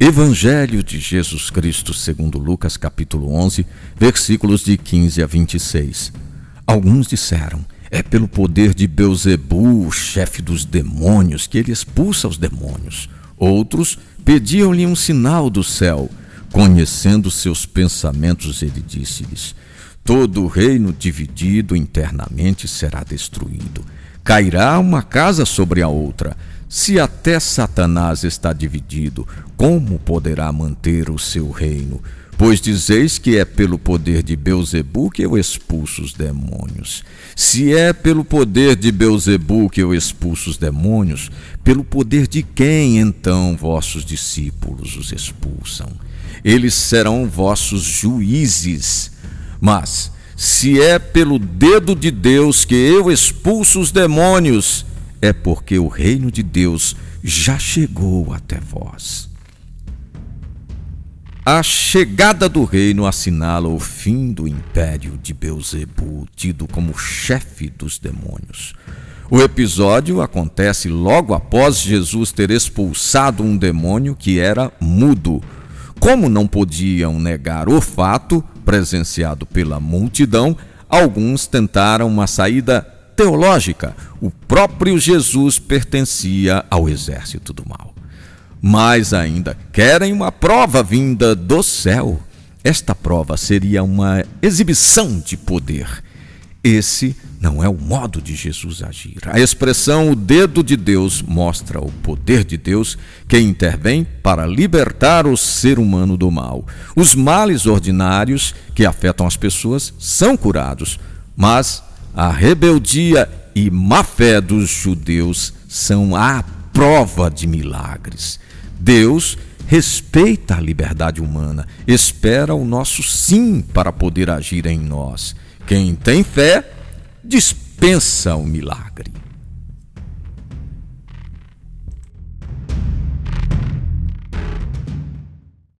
Evangelho de Jesus Cristo segundo Lucas capítulo 11, versículos de 15 a 26. Alguns disseram: é pelo poder de Belzebu, o chefe dos demônios, que ele expulsa os demônios. Outros pediam-lhe um sinal do céu. Conhecendo seus pensamentos, ele disse-lhes: todo reino dividido internamente será destruído. Cairá uma casa sobre a outra. Se até Satanás está dividido, como poderá manter o seu reino? Pois dizeis que é pelo poder de Belzebu que eu expulso os demônios. Se é pelo poder de Belzebu que eu expulso os demônios, pelo poder de quem então vossos discípulos os expulsam? Eles serão vossos juízes. Mas se é pelo dedo de Deus que eu expulso os demônios, é porque o reino de Deus já chegou até vós. A chegada do reino assinala o fim do império de Belzebu, tido como chefe dos demônios. O episódio acontece logo após Jesus ter expulsado um demônio que era mudo. Como não podiam negar o fato, presenciado pela multidão, alguns tentaram uma saída teológica. O próprio Jesus pertencia ao exército do mal. Mas ainda querem uma prova vinda do céu. Esta prova seria uma exibição de poder. Esse não é o modo de Jesus agir. A expressão "o dedo de Deus" mostra o poder de Deus que intervém para libertar o ser humano do mal. Os males ordinários que afetam as pessoas são curados, mas a rebeldia e má fé dos judeus são a prova de milagres. Deus respeita a liberdade humana, espera o nosso sim para poder agir em nós. Quem tem fé dispensa o milagre.